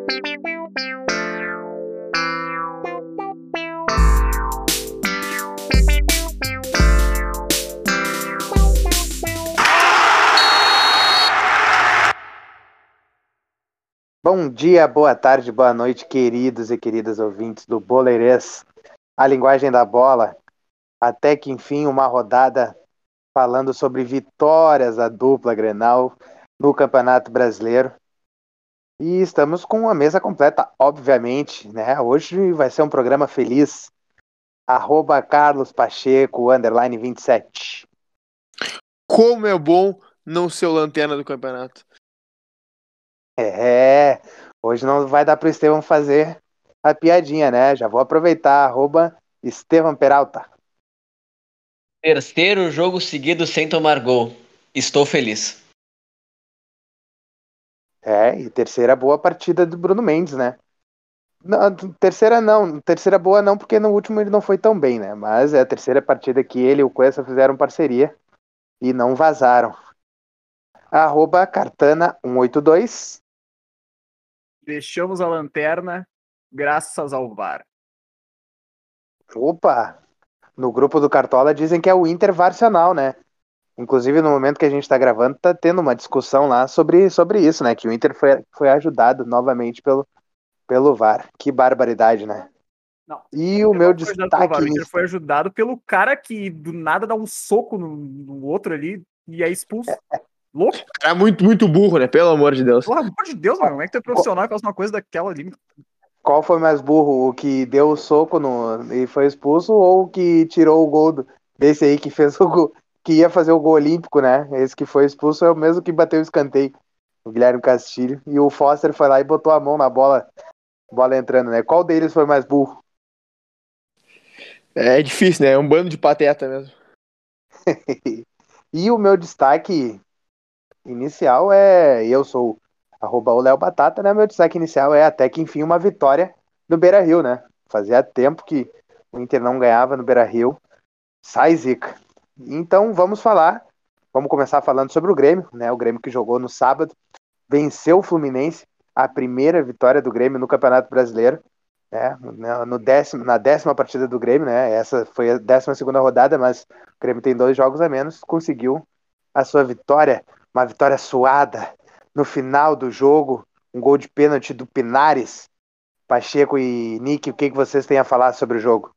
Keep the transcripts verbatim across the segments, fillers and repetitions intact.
Bom dia, boa tarde, boa noite, queridos e queridas ouvintes do Boleirês, a linguagem da bola. Até que enfim, uma rodada falando sobre vitórias da dupla Grenal no Campeonato Brasileiro. E estamos com a mesa completa, obviamente, né? Hoje vai ser um programa feliz. Arroba Carlos Pacheco, underline vinte e sete. Como é bom não ser o lanterna do campeonato. É, hoje não vai dar para o Estevão fazer a piadinha, né? Já vou aproveitar, arroba Estevão Peralta. Terceiro jogo seguido sem tomar gol. Estou feliz. É, e terceira boa partida do Bruno Mendes, né? Não, terceira não, terceira boa não, porque no último ele não foi tão bem, né? Mas é a terceira partida que ele e o Cuesta fizeram parceria e não vazaram. Arroba Cartana cento e oitenta e dois. Deixamos a lanterna graças ao V A R. Opa! No grupo do Cartola dizem que é o Inter Varcional, né? Inclusive, no momento que a gente está gravando, tá tendo uma discussão lá sobre, sobre isso, né? Que o Inter foi, foi ajudado novamente pelo, pelo V A R. Que barbaridade, né? Não, e o meu destaque... O Inter foi ajudado pelo cara que do nada dá um soco no, no outro ali e é expulso. Louco. É muito, muito burro, né? Pelo amor de Deus. Pelo amor de Deus, mano. Como é que tu é profissional e faz uma coisa daquela ali? Qual foi mais burro? O que deu o soco no, e foi expulso ou o que tirou o gol do, desse aí que fez o gol, que ia fazer o gol olímpico, né? Esse que foi expulso é o mesmo que bateu o escanteio, o Guilherme Castilho. E o Foster foi lá e botou a mão na bola, bola entrando, né? Qual deles foi mais burro? É difícil, né? É um bando de pateta mesmo. E o meu destaque inicial é... Eu sou arroba o Léo Batata, né? Meu destaque inicial é até que enfim uma vitória no Beira-Rio, né? Fazia tempo que o Inter não ganhava no Beira-Rio. Sai zica. Então vamos falar, vamos começar falando sobre o Grêmio, né? O Grêmio que jogou no sábado, venceu o Fluminense, a primeira vitória do Grêmio no Campeonato Brasileiro, né? No décimo, na décima partida do Grêmio, né? Essa foi a décima segunda rodada, mas o Grêmio tem dois jogos a menos, conseguiu a sua vitória, uma vitória suada. No final do jogo, um gol de pênalti do Pinares. Pacheco e Nick, o que, que vocês têm a falar sobre o jogo?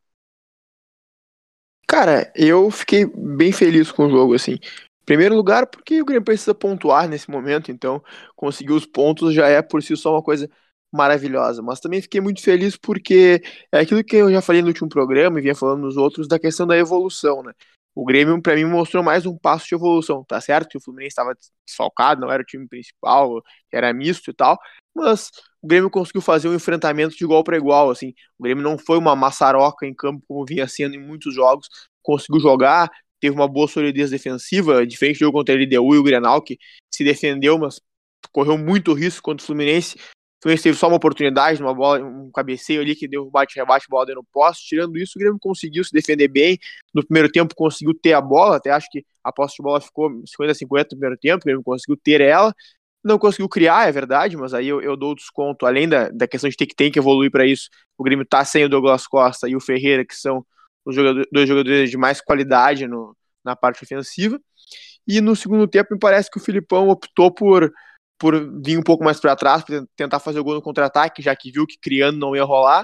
Cara, eu fiquei bem feliz com o jogo, assim. Em primeiro lugar, porque o Grêmio precisa pontuar nesse momento, então conseguir os pontos já é por si só uma coisa maravilhosa. Mas também fiquei muito feliz porque é aquilo que eu já falei no último programa e vinha falando nos outros, da questão da evolução, né? O Grêmio, pra mim, mostrou mais um passo de evolução. Tá certo que o Fluminense estava desfalcado, não era o time principal, era misto e tal, mas o Grêmio conseguiu fazer um enfrentamento de igual para igual, assim. O Grêmio não foi uma maçaroca em campo como vinha sendo em muitos jogos, conseguiu jogar, teve uma boa solidez defensiva, diferente do jogo contra a L D U e o Grenal, que se defendeu, mas correu muito risco contra o Fluminense. O Fluminense teve só uma oportunidade, uma bola, um cabeceio ali que deu um bate-rebate, bola dentro do poste. Tirando isso, o Grêmio conseguiu se defender bem. No primeiro tempo conseguiu ter a bola, até acho que a posse de bola ficou cinquenta a cinquenta no primeiro tempo, o Grêmio conseguiu ter ela. Não conseguiu criar, é verdade, mas aí eu, eu dou o desconto, além da, da questão de ter que, tem que evoluir para isso. O Grêmio tá sem o Douglas Costa e o Ferreira, que são os jogadores, dois jogadores de mais qualidade no, na parte ofensiva. E no segundo tempo, me parece que o Filipão optou por, por vir um pouco mais para trás, para tentar fazer o gol no contra-ataque, já que viu que criando não ia rolar.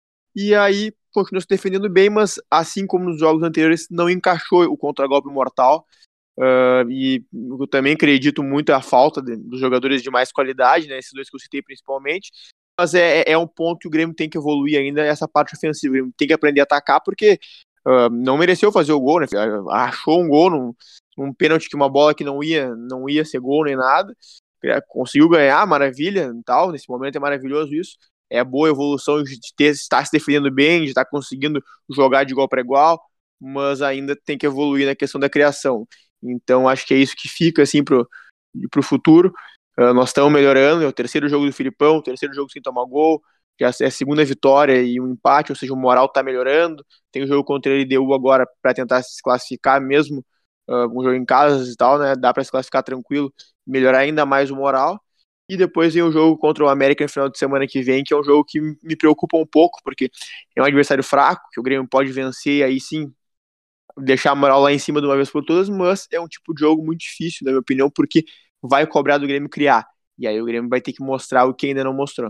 E aí continuou se defendendo bem, mas assim como nos jogos anteriores, não encaixou o contra-golpe mortal. Uh, e eu também acredito muito a falta de, dos jogadores de mais qualidade, né, esses dois que eu citei principalmente, mas é, é um ponto que o Grêmio tem que evoluir ainda, essa parte ofensiva. O Grêmio tem que aprender a atacar, porque uh, não mereceu fazer o gol, né, achou um gol num, num pênalti, que uma bola que não ia, não ia ser gol nem nada, conseguiu ganhar, maravilha e tal, nesse momento é maravilhoso isso, é boa evolução de ter, estar se defendendo bem, de estar conseguindo jogar de igual para igual, mas ainda tem que evoluir na questão da criação. Então acho que é isso que fica assim pro, pro futuro. Uh, nós estamos melhorando, é o terceiro jogo do Filipão, o terceiro jogo sem tomar gol, já é a segunda vitória e um empate, ou seja, o moral está melhorando. Tem o jogo contra a L D U agora para tentar se classificar mesmo, uh, um jogo em casa e tal, né? Dá para se classificar tranquilo, melhorar ainda mais o moral. E depois vem o jogo contra o América no final de semana que vem, que é um jogo que me preocupa um pouco, porque é um adversário fraco, que o Grêmio pode vencer, e aí sim deixar a moral lá em cima de uma vez por todas, mas é um tipo de jogo muito difícil, na minha opinião, porque vai cobrar do Grêmio criar. E aí o Grêmio vai ter que mostrar o que ainda não mostrou.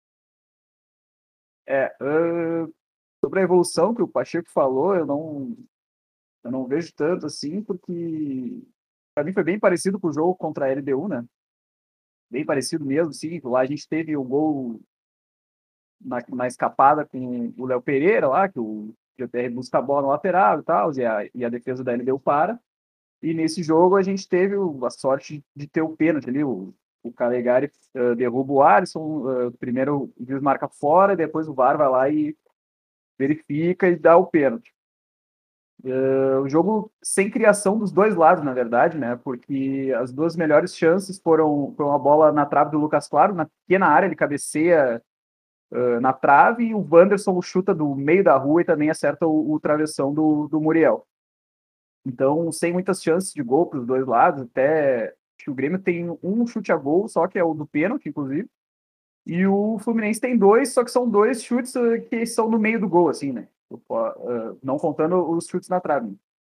É, uh, sobre a evolução que o Pacheco falou, eu não, eu não vejo tanto assim, porque para mim foi bem parecido com o jogo contra a L D U, né? Bem parecido mesmo, sim. Lá a gente teve o gol na, na escapada com o Léo Pereira lá, que o G P R busca a bola no lateral e tal, e a, e a defesa da L D U para. E nesse jogo a gente teve a sorte de ter o pênalti ali, o, o Calegari uh, derruba o Alisson, uh, primeiro o juiz marca fora, e depois o V A R vai lá e verifica e dá o pênalti. Uh, o jogo sem criação dos dois lados, na verdade, né? Porque as duas melhores chances foram, foram a bola na trave do Lucas Claro, na pequena área, ele cabeceia uh, na trave, e o Wanderson chuta do meio da rua e também acerta o, o travessão do, do Muriel. Então, sem muitas chances de gol para os dois lados, até acho que o Grêmio tem um chute a gol, só que é o do pênalti, inclusive, e o Fluminense tem dois, só que são dois chutes uh, que são no meio do gol, assim, né? Uh, não contando os chutes na trave.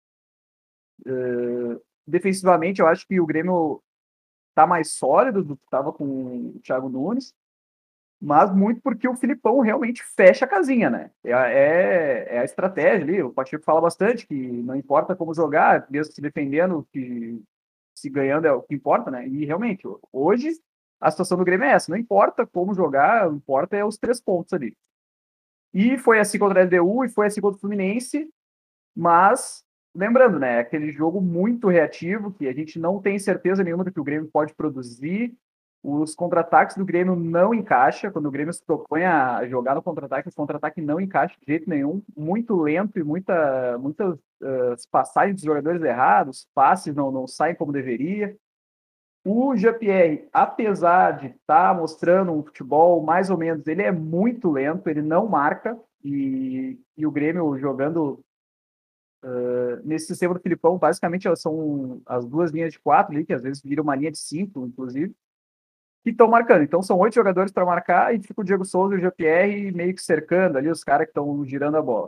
Uh, defensivamente, eu acho que o Grêmio tá mais sólido do que estava com o Thiago Nunes, mas muito porque o Filipão realmente fecha a casinha, né? É, é, é a estratégia ali, o Pacheco fala bastante que não importa como jogar, mesmo se defendendo, que se ganhando é o que importa, né? E realmente, hoje a situação do Grêmio é essa, não importa como jogar, o que importa é os três pontos ali. E foi assim contra a L D U e foi assim contra o Fluminense, mas lembrando, né, aquele jogo muito reativo, que a gente não tem certeza nenhuma do que o Grêmio pode produzir. Os contra-ataques do Grêmio não encaixam. Quando o Grêmio se propõe a jogar no contra-ataque, os contra-ataques não encaixam de jeito nenhum. Muito lento e muita, muitas uh, passagens dos jogadores errados, passes não, não saem como deveria. O Jean-Pierre, apesar de estar tá mostrando um futebol mais ou menos, ele é muito lento, ele não marca, e, e o Grêmio jogando uh, nesse sistema do Filipão, basicamente são as duas linhas de quatro ali, que às vezes viram uma linha de cinco, inclusive, que estão marcando. Então são oito jogadores para marcar e fica o Diego Souza e o Jean-Pierre meio que cercando ali os caras que estão girando a bola.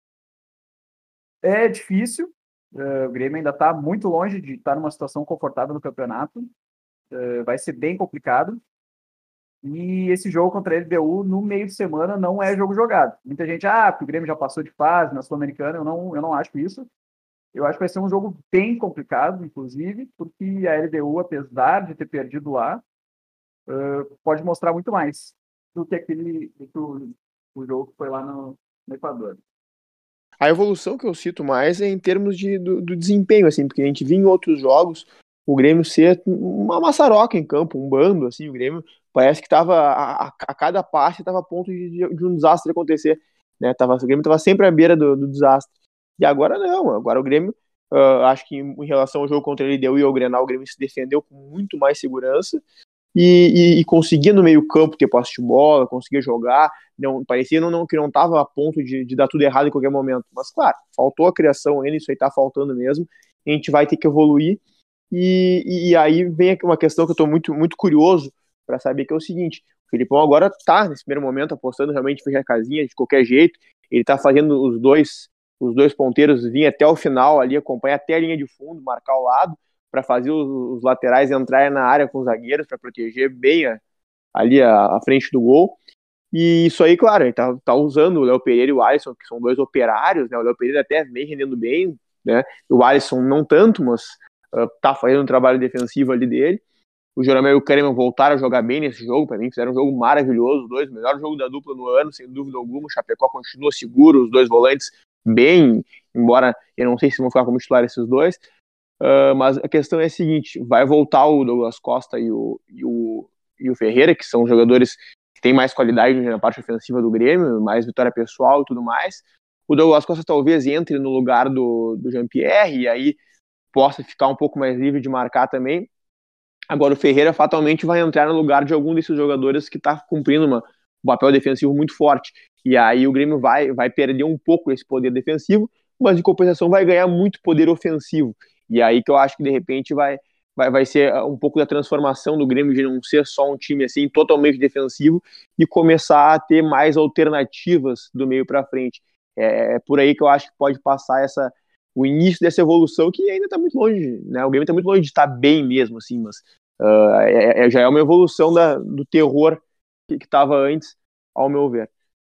É difícil, uh, o Grêmio ainda está muito longe de estar tá numa situação confortável no campeonato. Uh, vai ser bem complicado. E esse jogo contra a L D U no meio de semana não é jogo jogado. Muita gente, ah, porque o Grêmio já passou de fase na Sul-Americana, eu não, eu não acho isso. Eu acho que vai ser um jogo bem complicado, inclusive, porque a L D U, apesar de ter perdido lá, uh, pode mostrar muito mais do que aquele do que o, o jogo que foi lá no, no Equador. A evolução que eu cito mais é em termos de, do, do desempenho, assim, porque a gente viu em outros jogos o Grêmio ser uma maçaroca em campo, um bando, assim, o Grêmio parece que estava, a, a cada passe estava a ponto de, de um desastre acontecer, né, tava, o Grêmio estava sempre à beira do, do desastre, e agora não, agora o Grêmio, uh, acho que em, em relação ao jogo contra ele deu e ao Grenal, o Grêmio se defendeu com muito mais segurança, e, e, e conseguia no meio campo ter posse de bola, conseguia jogar, não, parecia não, não, que não estava a ponto de, de dar tudo errado em qualquer momento, mas claro, faltou a criação ainda, isso aí está faltando mesmo, a gente vai ter que evoluir. E, e aí vem uma questão que eu estou muito, muito curioso para saber, que é o seguinte: o Filipão agora está nesse primeiro momento apostando realmente em fechar a casinha de qualquer jeito, ele está fazendo os dois os dois ponteiros vir até o final ali, acompanhar até a linha de fundo, marcar o lado, para fazer os, os laterais entrarem na área com os zagueiros, para proteger bem a, ali a, a frente do gol. E isso aí, claro, ele tá, tá usando o Léo Pereira e o Alisson, que são dois operários, né? O Léo Pereira até vem rendendo bem, né? O Alisson não tanto, mas uh, tá fazendo um trabalho defensivo ali dele. O Jeromel e o Kahneman voltaram a jogar bem nesse jogo, para mim fizeram um jogo maravilhoso, os dois, o melhor jogo da dupla no ano, sem dúvida alguma. O Chapecó continua seguro, os dois volantes bem, embora eu não sei se vão ficar como titular esses dois, uh, mas a questão é a seguinte: vai voltar o Douglas Costa e o, e o, e o Ferreira, que são jogadores que têm mais qualidade na parte ofensiva do Grêmio, mais vitória pessoal e tudo mais. O Douglas Costa talvez entre no lugar do, do Jean-Pierre, e aí possa ficar um pouco mais livre de marcar também. Agora o Ferreira fatalmente vai entrar no lugar de algum desses jogadores que está cumprindo uma, um papel defensivo muito forte. E aí o Grêmio vai, vai perder um pouco esse poder defensivo, mas em compensação vai ganhar muito poder ofensivo. E aí que eu acho que de repente vai, vai, vai ser um pouco da transformação do Grêmio de não ser só um time assim totalmente defensivo e começar a ter mais alternativas do meio para frente. É, é por aí que eu acho que pode passar essa, o início dessa evolução que ainda está muito longe, né? O Grêmio está muito longe de estar bem mesmo, assim, mas uh, é, é, já é uma evolução da, do terror que estava antes, ao meu ver.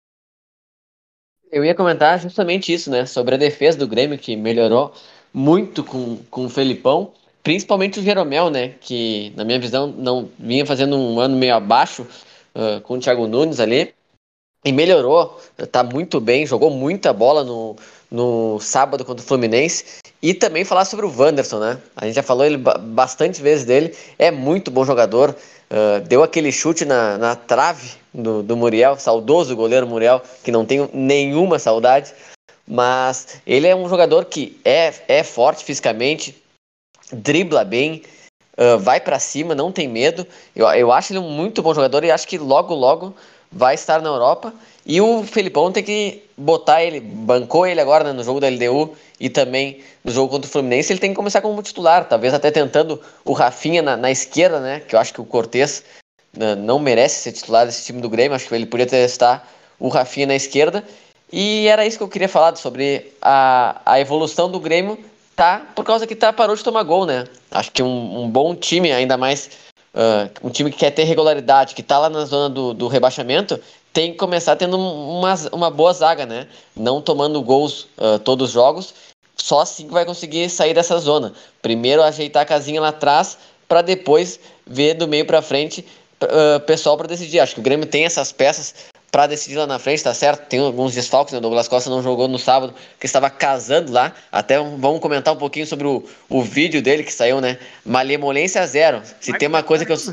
Eu ia comentar justamente isso, né? Sobre a defesa do Grêmio, que melhorou muito com, com o Felipão, principalmente o Jeromel, né? Que, na minha visão, não vinha fazendo um ano meio abaixo uh, com o Thiago Nunes ali. E melhorou, tá muito bem, jogou muita bola no, no sábado contra o Fluminense. E também falar sobre o Wanderson, né? A gente já falou ele bastante vezes dele, é muito bom jogador. Uh, deu aquele chute na, na trave do, do Muriel, saudoso goleiro Muriel, que não tenho nenhuma saudade. Mas ele é um jogador que é, é forte fisicamente, dribla bem, uh, vai pra cima, não tem medo. Eu, eu acho ele um muito bom jogador e acho que logo, logo vai estar na Europa. E o Felipão tem que botar ele, bancou ele agora, né, no jogo da L D U e também no jogo contra o Fluminense. Ele tem que começar como titular, talvez até tentando o Rafinha na, na esquerda, né? Que eu acho que o Cortez uh, não merece ser titular desse time do Grêmio. Acho que ele poderia testar o Rafinha na esquerda. E era isso que eu queria falar sobre a, a evolução do Grêmio, tá? Por causa que tá, parou de tomar gol, né? Acho que um, um bom time, ainda mais uh, um time que quer ter regularidade, que tá lá na zona do, do rebaixamento, tem que começar tendo uma, uma boa zaga, né? Não tomando gols uh, todos os jogos, só assim que vai conseguir sair dessa zona. Primeiro ajeitar a casinha lá atrás, para depois ver do meio para frente uh, pessoal para decidir. Acho que o Grêmio tem essas peças para decidir lá na frente, tá certo? Tem alguns desfalques, né? O Douglas Costa não jogou no sábado, porque estava casando lá. Até um, vamos comentar um pouquinho sobre o, o vídeo dele que saiu, né? Malemolência zero. Se tem uma coisa que eu.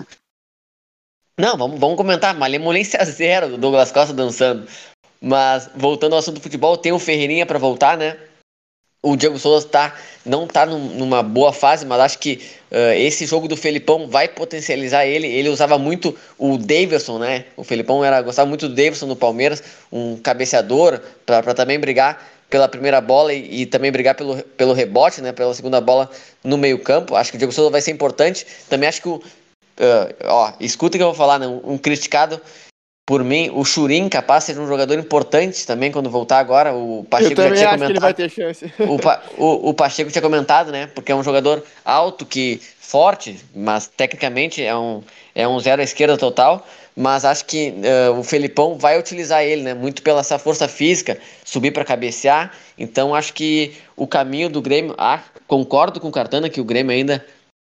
Não, vamos, vamos comentar. Malemolência zero do Douglas Costa dançando. Mas, voltando ao assunto do futebol, tem o Ferreirinha para voltar, né? O Diego Souza tá, não tá num, numa boa fase, mas acho que uh, esse jogo do Felipão vai potencializar ele. Ele usava muito o Davidson, né? O Felipão era, gostava muito do Davidson no Palmeiras, um cabeceador, para também brigar pela primeira bola e, e também brigar pelo, pelo rebote, né? Pela segunda bola no meio-campo. Acho que o Diego Souza vai ser importante. Também acho que o. Uh, ó, escuta o que eu vou falar, né? Um, um criticado por mim, o Churin capaz de ser um jogador importante também quando voltar agora. O Pacheco Eu já também tinha acho comentado. que ele vai ter chance. O, pa, o, o Pacheco tinha comentado, né? Porque é um jogador alto, que forte, mas tecnicamente é um, é um zero à esquerda total. Mas acho que uh, o Felipão vai utilizar ele, né? Muito pela essa força física, subir para cabecear. Então acho que o caminho do Grêmio. Ah, concordo com o Cartana que o Grêmio ainda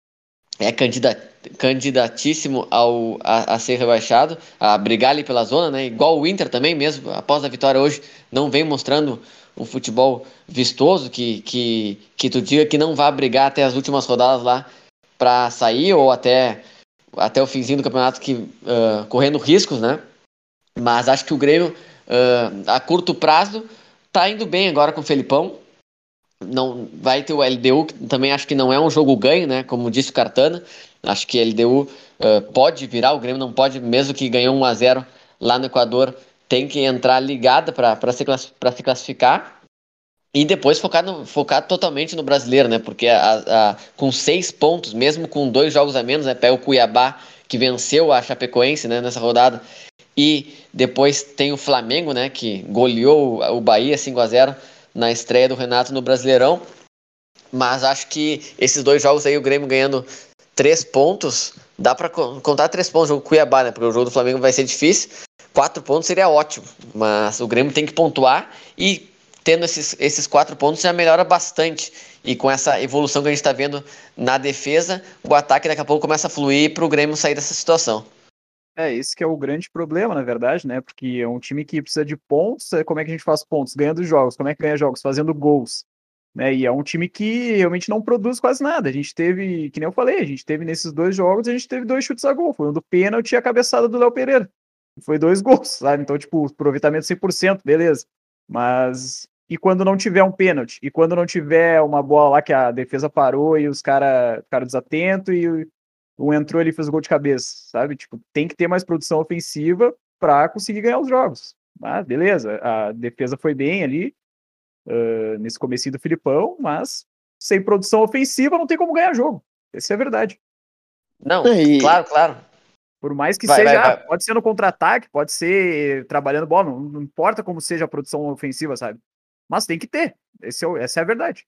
é candidat, candidatíssimo ao, a, a ser rebaixado, a brigar ali pela zona, né? Igual o Inter também, mesmo após a vitória hoje, não vem mostrando um futebol vistoso, que, que, que tu diga que não vai brigar até as últimas rodadas lá para sair, ou até, até o finzinho do campeonato, que, uh, correndo riscos, né? Mas acho que o Grêmio, uh, a curto prazo, tá indo bem agora com o Felipão. Não vai ter o L D U, que também acho que não é um jogo ganho, né? Como disse o Cartana, acho que L D U uh, pode virar, o Grêmio não pode, mesmo que ganhou um a zero lá no Equador, tem que entrar ligada para se, class, se classificar e depois focar, no, focar totalmente no brasileiro, né? Porque a, a, com seis pontos, mesmo com dois jogos a menos, né? Pega o Cuiabá, que venceu a Chapecoense, né, nessa rodada, e depois tem o Flamengo, né? Que goleou o Bahia cinco a zero na estreia do Renato no Brasileirão. Mas acho que esses dois jogos aí, o Grêmio ganhando três pontos, dá pra contar três pontos no jogo Cuiabá, né? Porque o jogo do Flamengo vai ser difícil. Quatro pontos seria ótimo, mas o Grêmio tem que pontuar e tendo esses, esses quatro pontos já melhora bastante. E com essa evolução que a gente está vendo na defesa, o ataque daqui a pouco começa a fluir para o Grêmio sair dessa situação. É, esse que é o grande problema, na verdade, né? Porque é um time que precisa de pontos. Como é que a gente faz pontos? Ganhando jogos. Como é que ganha jogos? Fazendo gols. Né? E é um time que realmente não produz quase nada. A gente teve, que nem eu falei, a gente teve nesses dois jogos, a gente teve dois chutes a gol. Foi um do pênalti e a cabeçada do Léo Pereira. Foi dois gols, sabe? Então, tipo, aproveitamento cem por cento, beleza. Mas e quando não tiver um pênalti? E quando não tiver uma bola lá que a defesa parou e os caras ficaram desatentos e um entrou ali e fez o gol de cabeça, sabe? Tipo, tem que ter mais produção ofensiva para conseguir ganhar os jogos. Ah, beleza, a defesa foi bem ali, uh, nesse comecinho do Filipão, mas sem produção ofensiva não tem como ganhar jogo. Isso é verdade. Não, E- claro, claro. Por mais que Vai, seja, vai, ah, vai. pode ser no contra-ataque, pode ser trabalhando bola, não, não importa como seja a produção ofensiva, sabe? Mas tem que ter. Esse é, o- essa é a verdade.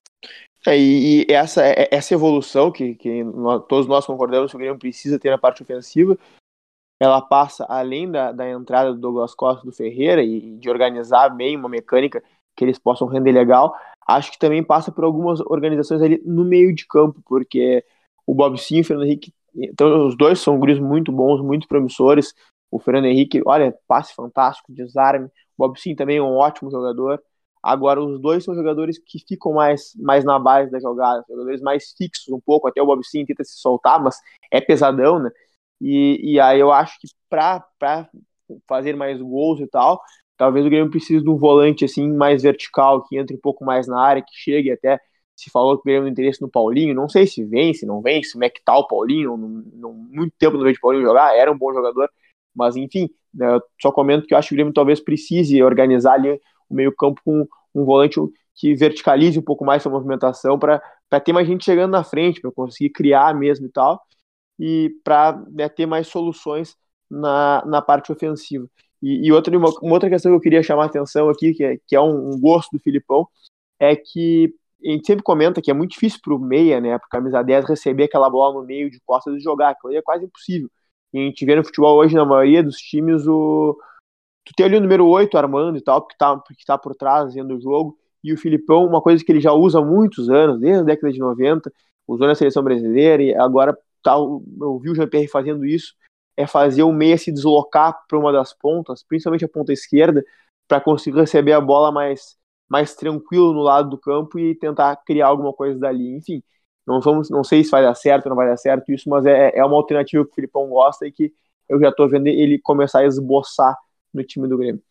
É, e, e essa, é- essa evolução que, que nós- todos nós concordamos que o Grêmio precisa ter na parte ofensiva, ela passa além da, da entrada do Douglas Costa e do Ferreira e de organizar bem uma mecânica que eles possam render legal. Acho que também passa por algumas organizações ali no meio de campo, porque o Bob Sim e o Fernando Henrique, então os dois são guris muito bons, muito promissores. O Fernando Henrique, olha, passe fantástico, desarme. O Bob Sim também é um ótimo jogador. Agora, os dois são jogadores que ficam mais, mais na base da jogada, jogadores mais fixos um pouco. Até o Bob Sim tenta se soltar, mas é pesadão, né? E, e aí eu acho que para fazer mais gols e tal, talvez o Grêmio precise de um volante assim mais vertical, que entre um pouco mais na área, que chegue até. Se falou que o Grêmio tem interesse no Paulinho, não sei se vem, se não vem, se como é que tá o Paulinho, não, não, muito tempo não vejo o Paulinho jogar, era um bom jogador, mas enfim, né, eu só comento que eu acho que o Grêmio talvez precise organizar ali o meio campo com um volante que verticalize um pouco mais sua movimentação para ter mais gente chegando na frente, para conseguir criar mesmo e tal, e para, né, ter mais soluções na, na parte ofensiva. E, e outra, uma, uma, outra questão que eu queria chamar a atenção aqui, que é, que é um, um gosto do Filipão, é que a gente sempre comenta que é muito difícil para o meia, né, para o camisa dez, receber aquela bola no meio de costas e jogar, aquilo aí é quase impossível. E a gente vê no futebol hoje, na maioria dos times, o... tu tem ali o número oito armando e tal, porque tá, porque tá por trás vendo o jogo, e o Filipão, uma coisa que ele já usa há muitos anos, desde a década de noventa, usou na seleção brasileira, e agora tá, eu vi o Jean-Pierre fazendo isso, é fazer o meia se deslocar para uma das pontas, principalmente a ponta esquerda, para conseguir receber a bola mais, mais tranquilo no lado do campo e tentar criar alguma coisa dali. Enfim, não, vamos, não sei se vai dar certo ou não vai dar certo isso, mas é, é uma alternativa que o Filipão gosta e que eu já estou vendo ele começar a esboçar no time do Grêmio.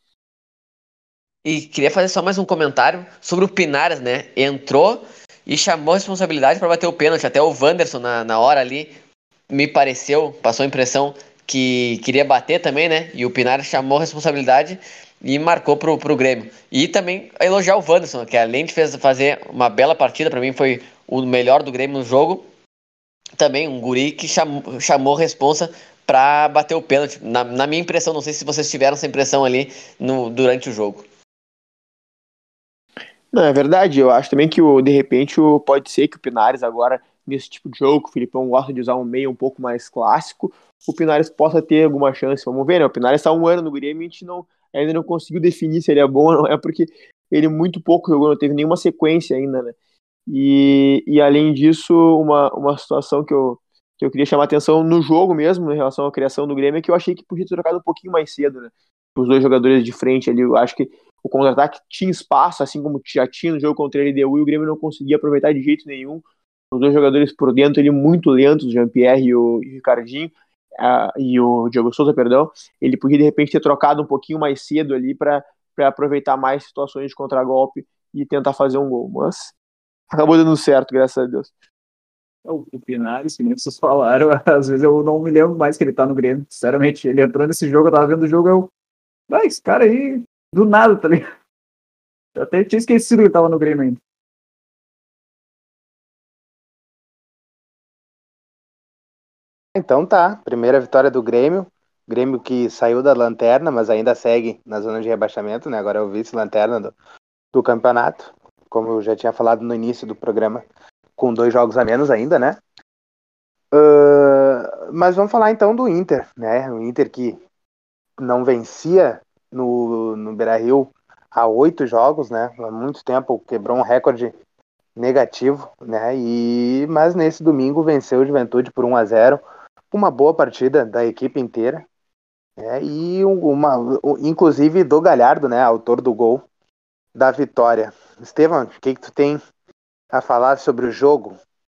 E queria fazer só mais um comentário sobre o Pinares, né? Entrou e chamou a responsabilidade para bater o pênalti. Até o Wanderson, na, na hora ali, me pareceu, passou a impressão que queria bater também, né? E o Pinares chamou a responsabilidade e marcou pro, pro Grêmio. E também elogiar o Wanderson, que além de fez, fazer uma bela partida, para mim foi o melhor do Grêmio no jogo. Também um guri que chamou, chamou responsa para bater o pênalti. Na, na minha impressão, não sei se vocês tiveram essa impressão ali no, durante o jogo. Não, é verdade. Eu acho também que o, de repente o, pode ser que o Pinares agora, nesse tipo de jogo, que o Filipão gosta de usar um meio um pouco mais clássico, o Pinares possa ter alguma chance. Vamos ver, né? O Pinares está um ano no Grêmio e a gente não, ainda não conseguiu definir se ele é bom ou não é, porque ele muito pouco jogou, não teve nenhuma sequência ainda, né? E, e além disso, uma, uma situação que eu, que eu queria chamar a atenção no jogo mesmo, em relação à criação do Grêmio, é que eu achei que podia ter trocado um pouquinho mais cedo, né? Os dois jogadores de frente ali, eu acho que o contra-ataque tinha espaço, assim como já tinha no jogo contra a L D U, e o Grêmio não conseguia aproveitar de jeito nenhum. Os dois jogadores por dentro, ele muito lentos, o Jean-Pierre e o, e o Ricardinho, uh, e o Diogo Souza, perdão. Ele podia, de repente, ter trocado um pouquinho mais cedo ali para aproveitar mais situações de contragolpe e tentar fazer um gol. Mas acabou dando certo, graças a Deus. O, o Pinares, que nem vocês falaram, às vezes eu não me lembro mais que ele tá no Grêmio. Sinceramente, ele entrou nesse jogo, eu tava vendo o jogo, eu. Ah, esse cara aí, do nada, tá ligado? Eu até tinha esquecido que ele tava no Grêmio ainda. Então tá, primeira vitória do Grêmio. Grêmio que saiu da lanterna, mas ainda segue na zona de rebaixamento, né? Agora é o vice-lanterna do, do campeonato, como eu já tinha falado no início do programa, com dois jogos a menos ainda, né? Uh, mas vamos falar então do Inter, né? O Inter que não vencia no, no Beira-Rio há oito jogos, né? Há muito tempo, quebrou um recorde negativo, né? E, mas nesse domingo venceu o Juventude por um a zero, uma boa partida da equipe inteira, né? E uma, inclusive do Galhardo, né? Autor do gol da vitória. Estevam, o que, que tu tem a falar sobre o jogo?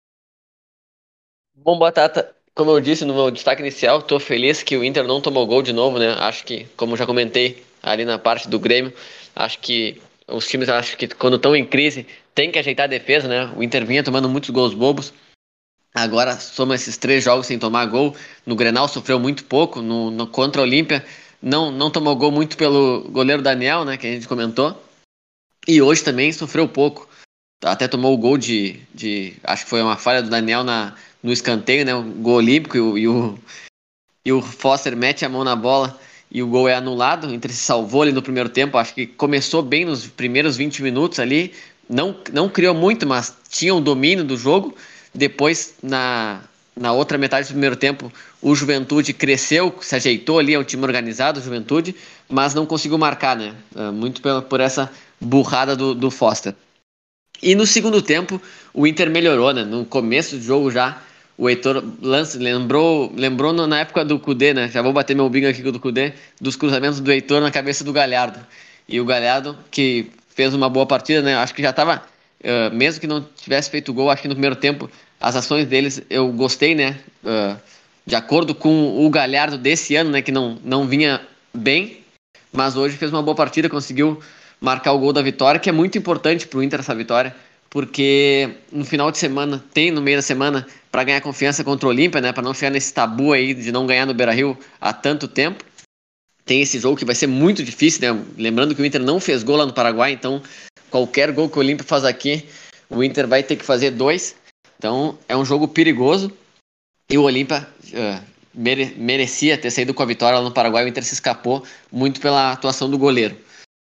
Bom, Batata, como eu disse no meu destaque inicial, tô feliz que o Inter não tomou gol de novo, né? Acho que, como já comentei ali na parte do Grêmio, acho que os times, acho que quando estão em crise, tem que ajeitar a defesa, né? O Inter vinha tomando muitos gols bobos, agora soma esses três jogos sem tomar gol. No Grenal sofreu muito pouco, no, no contra a Olímpia não, não tomou gol muito pelo goleiro Daniel, né? Que a gente comentou, e hoje também sofreu pouco. Até tomou o gol de, de. Acho que foi uma falha do Daniel na, no escanteio, né? O gol olímpico e o, e o, e o Foster mete a mão na bola e o gol é anulado. O Inter se salvou ali no primeiro tempo. Acho que começou bem nos primeiros vinte minutos ali. Não, não criou muito, mas tinha o domínio do jogo. Depois, na, na outra metade do primeiro tempo, o Juventude cresceu, se ajeitou ali, é um time organizado, o Juventude, mas não conseguiu marcar, né? Muito por, por essa burrada do, do Foster. E no segundo tempo, o Inter melhorou, né? No começo do jogo já, o Heitor lance, lembrou, lembrou na época do Cudê, né? Já vou bater meu bingo aqui com o do Cudê, dos cruzamentos do Heitor na cabeça do Galhardo. E o Galhardo, que fez uma boa partida, né? Acho que já estava, uh, mesmo que não tivesse feito gol, acho que no primeiro tempo, as ações deles eu gostei, né? Uh, de acordo com o Galhardo desse ano, né? Que não, não vinha bem, mas hoje fez uma boa partida, conseguiu marcar o gol da vitória, que é muito importante para o Inter essa vitória, porque no final de semana, tem no meio da semana, para ganhar confiança contra o Olímpia, né, para não chegar nesse tabu aí de não ganhar no Beira-Rio há tanto tempo. Tem esse jogo que vai ser muito difícil, né? Lembrando que o Inter não fez gol lá no Paraguai, então qualquer gol que o Olímpia faz aqui, o Inter vai ter que fazer dois. Então é um jogo perigoso e o Olímpia uh, mere- merecia ter saído com a vitória lá no Paraguai. O Inter se escapou muito pela atuação do goleiro.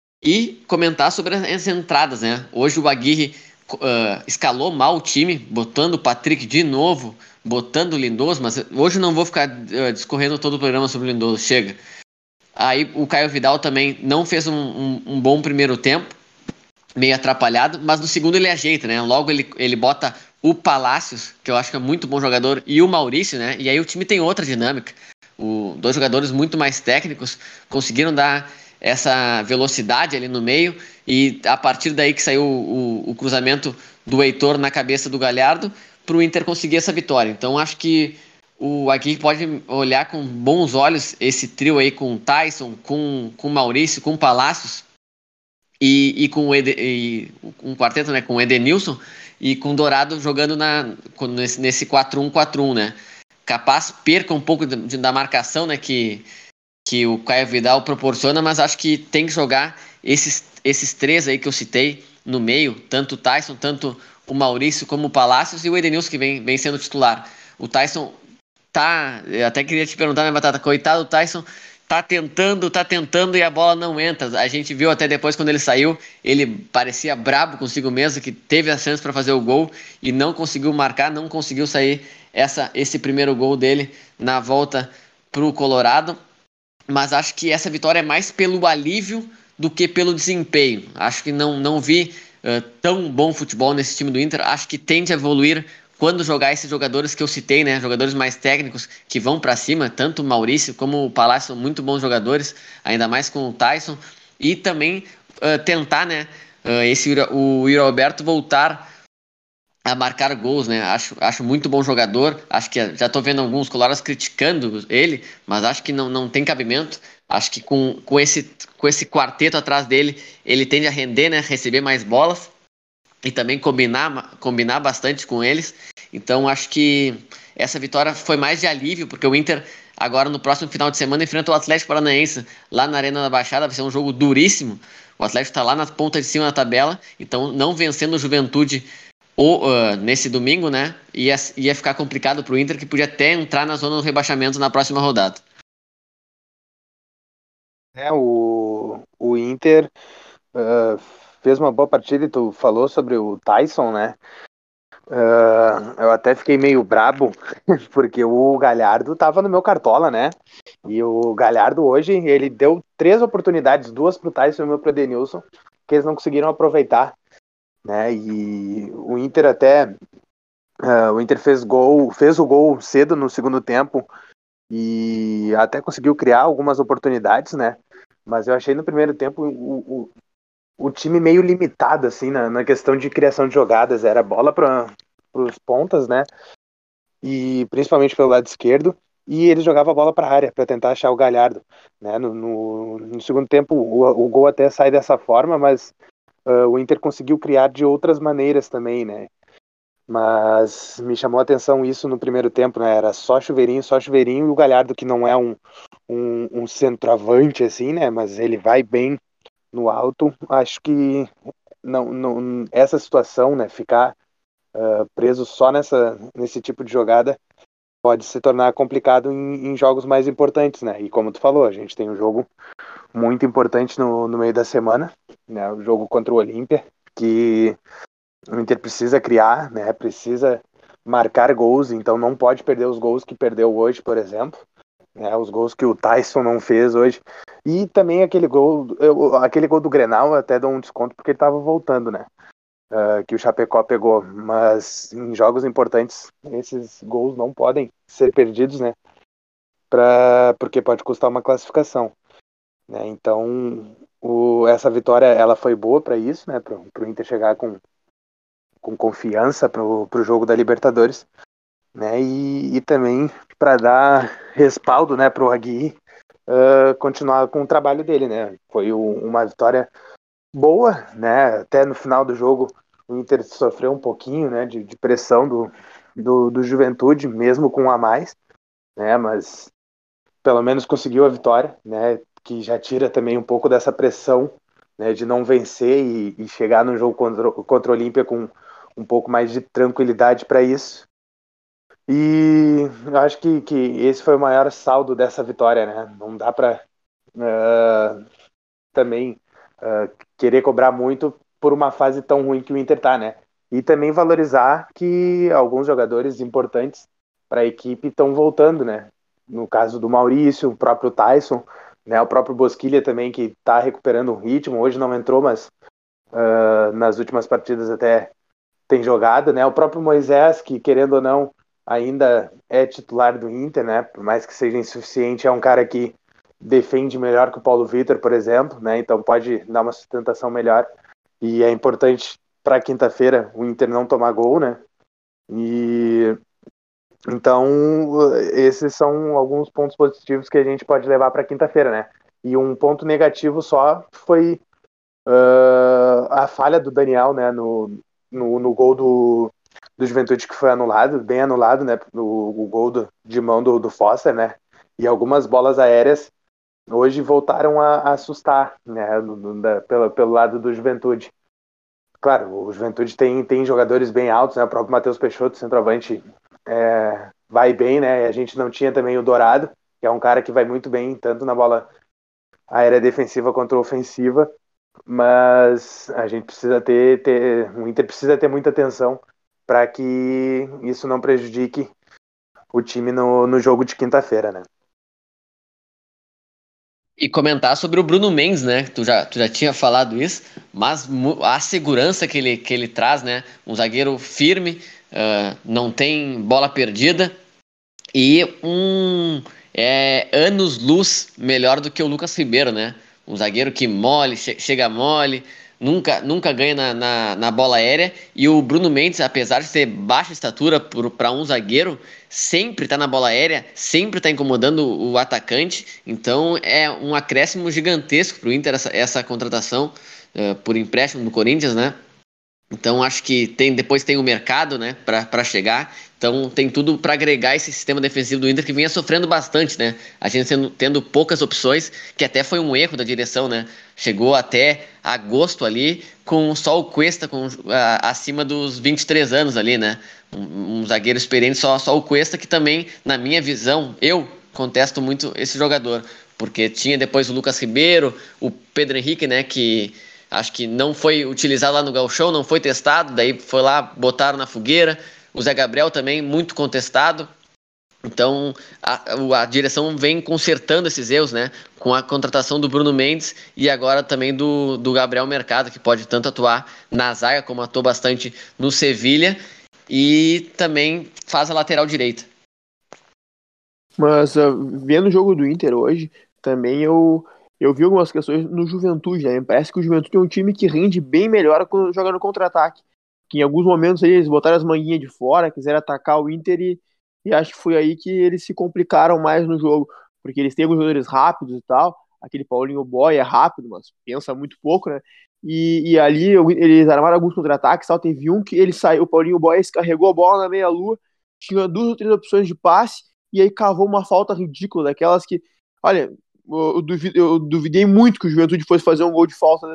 E comentar sobre as entradas, né? Hoje o Aguirre uh, escalou mal o time, botando o Patrick de novo, botando o Lindoso, mas hoje não vou ficar uh, discorrendo todo o programa sobre o Lindoso, chega. Aí o Caio Vidal também não fez um, um, um bom primeiro tempo, meio atrapalhado, mas no segundo ele ajeita, né? Logo ele, ele bota o Palácios, que eu acho que é muito bom jogador, e o Maurício, né? E aí o time tem outra dinâmica. O, dois jogadores muito mais técnicos conseguiram dar essa velocidade ali no meio e a partir daí que saiu o, o, o cruzamento do Heitor na cabeça do Galhardo para o Inter conseguir essa vitória. Então acho que o Aguirre pode olhar com bons olhos esse trio aí com o Tyson, com o Maurício, com o Palácios e, e com o Ede, e, um quarteto, né, com o Edenilson e com o Dourado jogando na, nesse, nesse quatro um quatro um, né? Capaz perca um pouco de, da marcação, né, que que o Caio Vidal proporciona, mas acho que tem que jogar esses, esses três aí que eu citei no meio, tanto o Tyson, tanto o Maurício como o Palácios e o Edenilson que vem, vem sendo titular. O Tyson tá, eu até queria te perguntar, minha batata, coitado, o Tyson tá tentando, tá tentando e a bola não entra. A gente viu até depois quando ele saiu, ele parecia brabo consigo mesmo, que teve a chance para fazer o gol e não conseguiu marcar, não conseguiu sair essa, esse primeiro gol dele na volta pro Colorado. Mas acho que essa vitória é mais pelo alívio do que pelo desempenho. Acho que não, não vi uh, tão bom futebol nesse time do Inter. Acho que tende a evoluir quando jogar esses jogadores que eu citei, né? Jogadores mais técnicos que vão para cima, tanto o Maurício como o Palácio são muito bons jogadores, ainda mais com o Tyson. E também uh, tentar, né? Uh, esse, o Yuri Alberto voltar a marcar gols, né? Acho, acho muito bom jogador. Acho que já tô vendo alguns colorados criticando ele, mas acho que não, não tem cabimento. Acho que com, com, esse, com esse quarteto atrás dele, ele tende a render, né? Receber mais bolas e também combinar, combinar bastante com eles. Então acho que essa vitória foi mais de alívio, porque o Inter agora no próximo final de semana enfrenta o Atlético Paranaense lá na Arena da Baixada. Vai ser um jogo duríssimo. O Atlético está lá na ponta de cima da tabela, então não vencendo o Juventude ou, uh, nesse domingo, né? Ia, ia ficar complicado pro Inter, que podia até entrar na zona do rebaixamento na próxima rodada. É, o, o Inter uh, fez uma boa partida e tu falou sobre o Tyson, né? Uh, eu até fiquei meio brabo, porque o Galhardo tava no meu cartola, né? E o Galhardo hoje, ele deu três oportunidades, duas pro Tyson e uma pro Edenilson, que eles não conseguiram aproveitar, né? E o Inter até... Uh, o Inter fez gol, fez o gol cedo no segundo tempo e até conseguiu criar algumas oportunidades, né? Mas eu achei no primeiro tempo o, o, o time meio limitado, assim, na, na questão de criação de jogadas. Era bola para os pontas, né? E principalmente pelo lado esquerdo. E ele jogava a bola para a área para tentar achar o Galhardo, né? No, no, no segundo tempo o, o gol até sai dessa forma, mas uh, o Inter conseguiu criar de outras maneiras também, né? Mas me chamou a atenção isso no primeiro tempo, né? Era só chuveirinho, só chuveirinho, e o Galhardo, que não é um, um, um centroavante, assim, né? Mas ele vai bem no alto. Acho que não, não, essa situação, né? Ficar uh, preso só nessa, nesse tipo de jogada, pode se tornar complicado em, em jogos mais importantes, né? E como tu falou, a gente tem um jogo muito importante no, no meio da semana, né? O jogo contra o Olímpia, que o Inter precisa criar, né? Precisa marcar gols, então não pode perder os gols que perdeu hoje, por exemplo, né? Os gols que o Tyson não fez hoje. E também aquele gol, eu, aquele gol do Grenal, eu até dou um desconto porque ele estava voltando, né? Uh, que o Chapecó pegou, mas em jogos importantes esses gols não podem ser perdidos, né? Pra, porque pode custar uma classificação, né? Então o, essa vitória ela foi boa para isso, né? Para o Inter chegar com, com confiança para o jogo da Libertadores, né? E, e também para dar respaldo, né? Para o Aguirre uh, continuar com o trabalho dele, né? Foi o, uma vitória boa, né? Até no final do jogo o Inter sofreu um pouquinho, né, de, de pressão do, do, do Juventude, mesmo com um a mais, né? Mas pelo menos conseguiu a vitória, né? Que já tira também um pouco dessa pressão, né, de não vencer e, e chegar no jogo contra, contra o Olímpia com um pouco mais de tranquilidade para isso. E eu acho que, que esse foi o maior saldo dessa vitória, né? Não dá para uh, também uh, querer cobrar muito por uma fase tão ruim que o Inter tá, né? E também valorizar que alguns jogadores importantes para a equipe estão voltando, né? No caso do Maurício, o próprio Tyson, né? O próprio Bosquilha também, que está recuperando o ritmo. Hoje não entrou, mas uh, nas últimas partidas até tem jogado, né? O próprio Moisés, que querendo ou não, ainda é titular do Inter, né? Por mais que seja insuficiente, é um cara que defende melhor que o Paulo Vitor, por exemplo, né? Então pode dar uma sustentação melhor. E é importante para quinta-feira o Inter não tomar gol, né? E então esses são alguns pontos positivos que a gente pode levar para quinta-feira, né? E um ponto negativo só foi uh, a falha do Daniel, né? No, no, no gol do, do Juventude que foi anulado, bem anulado, né? O, o gol do, de mão do, do Foster, né? E algumas bolas aéreas hoje voltaram a, a assustar, né, no, no, da, pelo, pelo lado do Juventude. Claro, o Juventude tem, tem jogadores bem altos, né, o próprio Matheus Peixoto, centroavante, é, vai bem, né, a gente não tinha também o Dourado, que é um cara que vai muito bem, tanto na bola aérea defensiva quanto ofensiva, mas a gente precisa ter, ter o Inter precisa ter muita atenção para que isso não prejudique o time no, no jogo de quinta-feira, né. E comentar sobre o Bruno Mendes, né? Tu já, tu já tinha falado isso, mas a segurança que ele, que ele traz, né? Um zagueiro firme, uh, não tem bola perdida e um é, anos-luz melhor do que o Lucas Ribeiro, né? Um zagueiro que mole, che chega mole, nunca, nunca ganha na, na, na bola aérea. E o Bruno Mendes, apesar de ter baixa estatura para um zagueiro, sempre está na bola aérea, sempre está incomodando o, o atacante. Então é um acréscimo gigantesco para o Inter essa, essa contratação uh, por empréstimo do Corinthians, né? Então acho que tem, depois tem o mercado, né, para chegar. Então tem tudo para agregar esse sistema defensivo do Inter que vinha sofrendo bastante, né? A gente tendo, tendo poucas opções, que até foi um erro da direção, né? Chegou até agosto ali com só o Cuesta com, a, acima dos vinte e três anos ali, né? Um, um zagueiro experiente, só, só o Cuesta, que também, na minha visão, eu contesto muito esse jogador. Porque tinha depois o Lucas Ribeiro, o Pedro Henrique, né, que acho que não foi utilizado lá no Gauchão, não foi testado, daí foi lá, botaram na fogueira. O Zé Gabriel também, muito contestado. Então, a, a direção vem consertando esses erros, né? Com a contratação do Bruno Mendes e agora também do, do Gabriel Mercado, que pode tanto atuar na zaga, como atuou bastante no Sevilha, e também faz a lateral direita. Mas, uh, vendo o jogo do Inter hoje, também eu, eu vi algumas questões no Juventude, né? Parece que o Juventude é um time que rende bem melhor quando joga no contra-ataque. Que em alguns momentos aí, eles botaram as manguinhas de fora, quiseram atacar o Inter e, e acho que foi aí que eles se complicaram mais no jogo. Porque eles têm alguns jogadores rápidos e tal. Aquele Paulinho Boy é rápido, mas pensa muito pouco, né? E, e ali eles armaram alguns contra-ataques, tal. Teve um que ele saiu, o Paulinho Boy carregou a bola na meia-lua, tinha duas ou três opções de passe, e aí cavou uma falta ridícula, daquelas que, olha, eu, duvid, eu duvidei muito que o Juventude fosse fazer um gol de falta, né,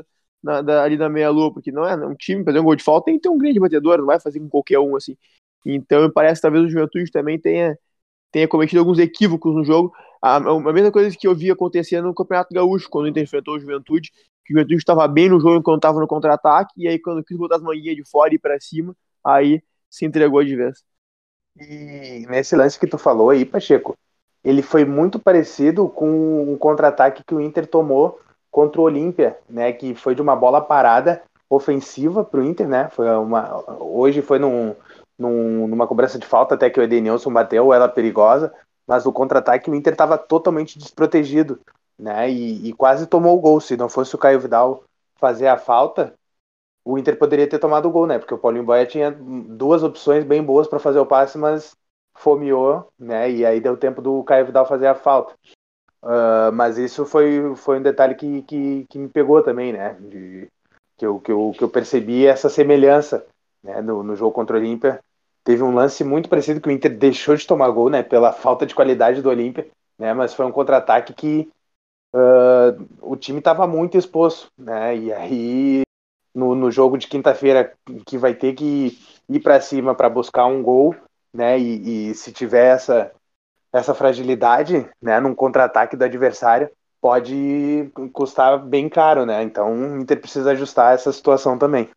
na, da, ali na meia-lua, porque não é um time, fazer um gol de falta tem que ter um grande batedor, não vai fazer com qualquer um, assim. Então, me parece que talvez o Juventude também tenha, tenha cometido alguns equívocos no jogo. A, a mesma coisa que eu vi acontecendo no Campeonato Gaúcho, quando o Inter enfrentou o Juventude, que o Juventude estava bem no jogo quando estava no contra-ataque, e aí quando quis botar as manguinhas de fora e ir pra cima, aí se entregou de vez. E nesse lance que tu falou aí, Pacheco, ele foi muito parecido com o contra-ataque que o Inter tomou contra o Olímpia, né? Que foi de uma bola parada ofensiva para o Inter, né? Foi uma, hoje foi num, num, numa cobrança de falta até que o Edenilson bateu, ela perigosa, mas o contra-ataque o Inter estava totalmente desprotegido, né? E, e quase tomou o gol. Se não fosse o Caio Vidal fazer a falta, o Inter poderia ter tomado o gol, né? Porque o Paulinho Boia tinha duas opções bem boas para fazer o passe, mas fomeou, né? E aí deu tempo do Caio Vidal fazer a falta. Uh, mas isso foi, foi um detalhe que, que, que me pegou também, né? De, que, eu, que, eu, que eu percebi essa semelhança, né? No, no jogo contra o Olímpia. Teve um lance muito parecido que o Inter deixou de tomar gol, né? Pela falta de qualidade do Olímpia, né? Mas foi um contra-ataque que uh, o time estava muito exposto, né? E aí no, no jogo de quinta-feira que vai ter que ir para cima para buscar um gol, né? E, e se tiver essa, essa fragilidade, né? Num contra-ataque do adversário, pode custar bem caro, né? Então o Inter precisa ajustar essa situação também.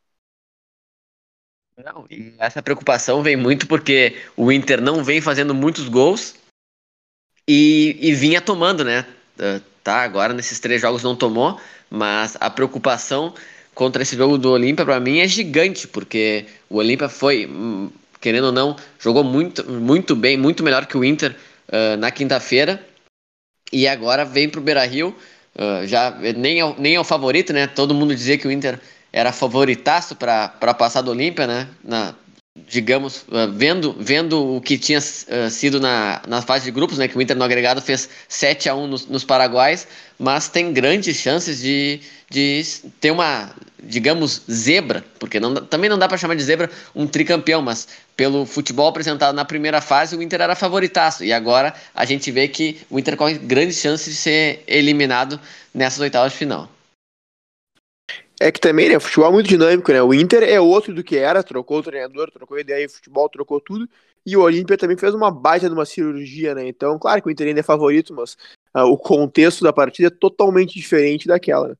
Não, e essa preocupação vem muito porque o Inter não vem fazendo muitos gols e, e vinha tomando, né? Uh, Tá, agora nesses três jogos não tomou, mas a preocupação contra esse jogo do Olímpia para mim é gigante, porque o Olímpia foi, hum, querendo ou não, jogou muito, muito bem, muito melhor que o Inter uh, na quinta-feira, e agora vem pro Beira-Rio, uh, já nem é, o- nem é o favorito, né? Todo mundo dizia que o Inter era favoritaço para para passar do Olímpia, né? Na, digamos, uh, vendo, vendo o que tinha uh, sido na, na fase de grupos, né, que o Inter no agregado fez sete a um nos, nos paraguaios, mas tem grandes chances de, de ter uma, digamos, zebra, porque não, também não dá para chamar de zebra um tricampeão, mas pelo futebol apresentado na primeira fase, o Inter era favoritaço, e agora a gente vê que o Inter corre grandes chances de ser eliminado nessas oitavas de final. É que também, né, o futebol é muito dinâmico, né? O Inter é outro do que era, trocou o treinador, trocou ideia de futebol, trocou tudo. E o Olímpia também fez uma baita de uma cirurgia, né? Então, claro que o Inter ainda é favorito, mas ah, o contexto da partida é totalmente diferente daquela, né?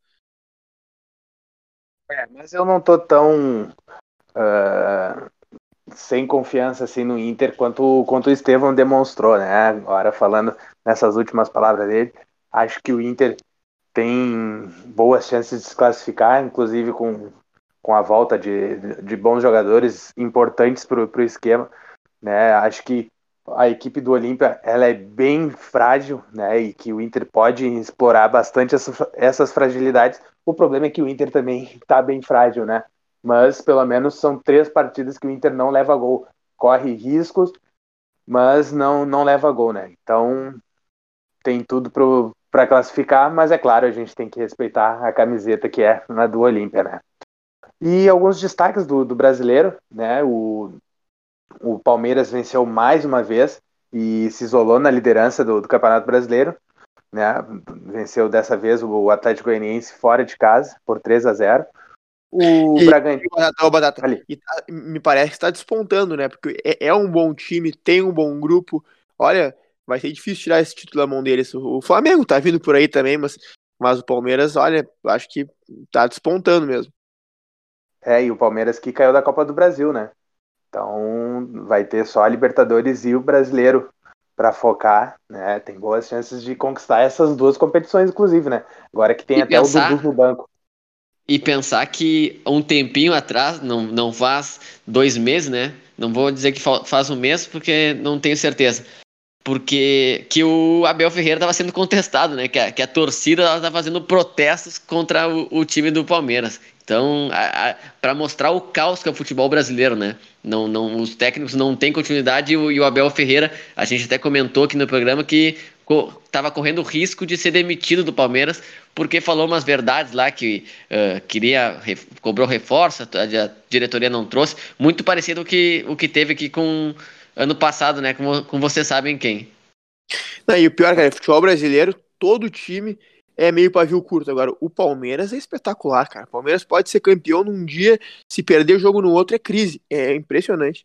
É, mas eu não tô tão uh, sem confiança assim no Inter quanto, quanto o Estevão demonstrou, né? Agora falando nessas últimas palavras dele, acho que o Inter tem boas chances de se classificar, inclusive com, com a volta de, de bons jogadores importantes para o esquema, né? Acho que a equipe do Olímpia ela é bem frágil, né? E que o Inter pode explorar bastante essas, essas fragilidades. O problema é que o Inter também está bem frágil, né? Mas pelo menos são três partidas que o Inter não leva gol, corre riscos, mas não não leva gol, né? Então tem tudo para classificar, mas é claro, a gente tem que respeitar a camiseta que é na do Olímpia, né? E alguns destaques do, do brasileiro, né? O, o Palmeiras venceu mais uma vez e se isolou na liderança do, do Campeonato Brasileiro, né? Venceu dessa vez o Atlético Goianiense fora de casa por três a zero. O E, Bragantino... Batata, Batata, Ali. e tá- me parece que está despontando, né? Porque é, é um bom time, tem um bom grupo. Olha, vai ser difícil tirar esse título da mão deles. O, o Flamengo tá vindo por aí também, mas, mas o Palmeiras, olha, acho que tá despontando mesmo. É, e o Palmeiras que caiu da Copa do Brasil, né? Então vai ter só a Libertadores e o Brasileiro para focar, né? Tem boas chances de conquistar essas duas competições, inclusive, né? Agora que tem E até o Dudu pensar no banco. E pensar que um tempinho atrás, não, não faz dois meses, né? Não vou dizer que fa- faz um mês, porque não tenho certeza. Porque que o Abel Ferreira estava sendo contestado, né? Que a, que a torcida estava fazendo protestos contra o, o time do Palmeiras. Então, para mostrar o caos que é o futebol brasileiro, né? Não, não, os técnicos não têm continuidade e o, e o Abel Ferreira, a gente até comentou aqui no programa que estava correndo o risco de ser demitido do Palmeiras porque falou umas verdades lá que uh, queria, ref, cobrou reforço, a, a diretoria não trouxe, muito parecido o que, o que teve aqui com ano passado, né? Com, com vocês sabem quem. Não, e o pior, cara, futebol brasileiro, todo time é meio pavio curto. Agora, o Palmeiras é espetacular, cara. O Palmeiras pode ser campeão num dia, se perder o jogo no outro é crise. É impressionante.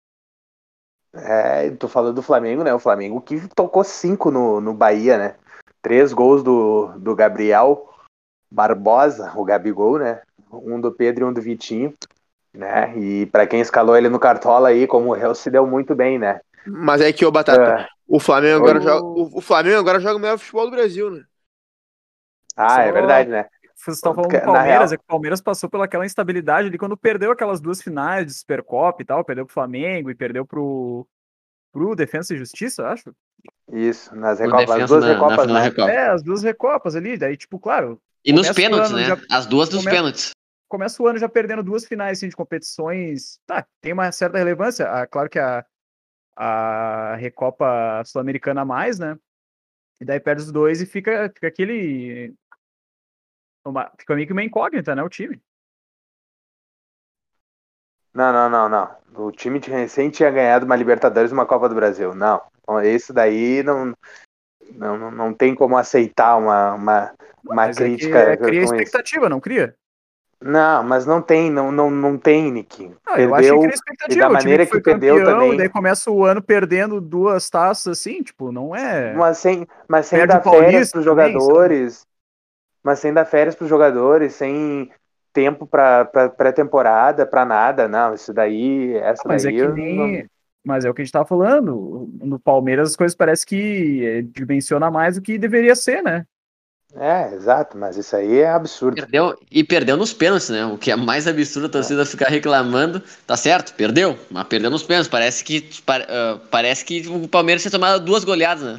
É, tô falando do Flamengo, né? O Flamengo que tocou cinco no, no Bahia, né? Três gols do, do Gabriel Barbosa, o Gabigol, né? Um do Pedro e um do Vitinho, né? E para quem escalou ele no Cartola aí, como o réu, se deu muito bem, né? Mas é que, ô Batata, Uh, o Flamengo agora joga, o... o, o Flamengo agora joga o melhor futebol do Brasil, né? ah, é Só verdade, né? vocês estão falando do Na Palmeiras, é real, que o Palmeiras passou pelaquela instabilidade ali quando perdeu aquelas duas finais de Supercopa e tal, perdeu pro Flamengo e perdeu pro, pro Defensa e Justiça, acho. isso, nas O Recopas, as defensa duas na, na Recopas, final da né? Recopa. É, as duas Recopas ali, daí, tipo, claro, E nos começa o pênaltis, ano né? já, As duas dos começa, pênaltis. começa o ano já perdendo duas finais assim, de competições. Tá, tem uma certa relevância. Ah, claro que a, a Recopa Sul-Americana a mais, né? E daí perde os dois e fica, fica aquele. Uma, fica meio que uma incógnita, né? O time. Não, não, não, não. O time de recém tinha ganhado uma Libertadores e uma Copa do Brasil. Não. Esse daí não, não, não, não tem como aceitar uma, uma, Não, uma mas é que crítica é, cria com isso. expectativa, não cria? Não, mas não tem, não, não, não tem, Nick. Ah, eu acho que cria Perdeu, e da expectativa. O time que maneira que foi perdeu campeão e também, daí começa o ano perdendo duas taças, assim, tipo, não é. mas sem, mas sem Perde o dar férias Paulista para os também, sabe? jogadores, mas sem dar férias para os jogadores, sem tempo para pré-temporada, para nada. Não, isso daí, Ah, essa mas é daí que eu não. nem. Mas é o que a gente tava falando. No Palmeiras as coisas parecem que eh, dimensiona mais do que deveria ser, né? É, exato, mas isso aí é absurdo. Perdeu, e perdeu nos pênaltis, né? O que é mais absurdo a torcida ficar reclamando. Tá certo, perdeu, mas perdeu nos pênaltis. Parece que, pa- ah, parece que o Palmeiras tinha tomado duas goleadas, né?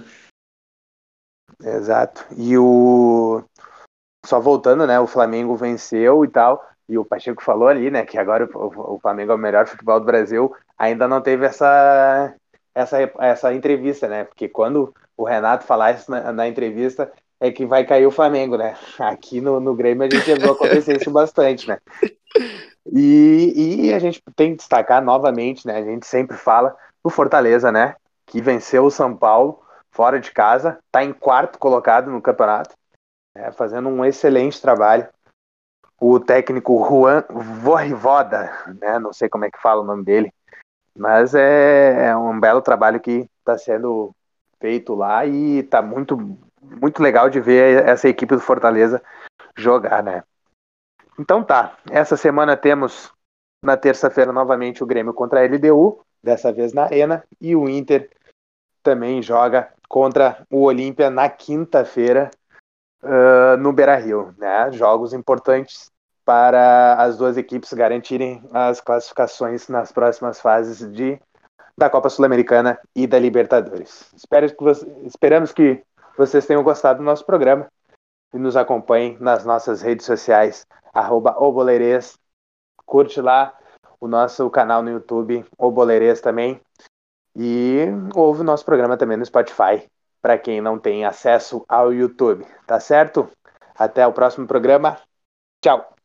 Exato. E o. Só voltando, né? O Flamengo venceu e tal. E o Pacheco falou ali, né? Que agora o, o Flamengo é o melhor futebol do Brasil. Ainda não teve essa, essa, essa entrevista, né? Porque quando o Renato falar isso na, na entrevista, é que vai cair o Flamengo, né? Aqui no, no Grêmio a gente já viu acontecer isso bastante, né? E, e a gente tem que destacar novamente, né? A gente sempre fala do Fortaleza, né? Que venceu o São Paulo fora de casa, tá em quarto colocado no campeonato, né, fazendo um excelente trabalho. O técnico Juan Voivoda, né? Não sei como é que fala o nome dele, mas é, é um belo trabalho que está sendo feito lá e tá muito, muito legal de ver essa equipe do Fortaleza jogar, né? Então tá, essa semana temos na terça-feira novamente o Grêmio contra a L D U, dessa vez na Arena, e o Inter também joga contra o Olímpia na quinta-feira uh, no Beira-Rio, né? Jogos importantes para as duas equipes garantirem as classificações nas próximas fases de, da Copa Sul-Americana e da Libertadores. Espero que você, esperamos que vocês tenham gostado do nosso programa e nos acompanhem nas nossas redes sociais, arroba oboleirês, curte lá o nosso canal no YouTube, o Boleirês também, e ouve o nosso programa também no Spotify, para quem não tem acesso ao YouTube, tá certo? Até o próximo programa. Tchau!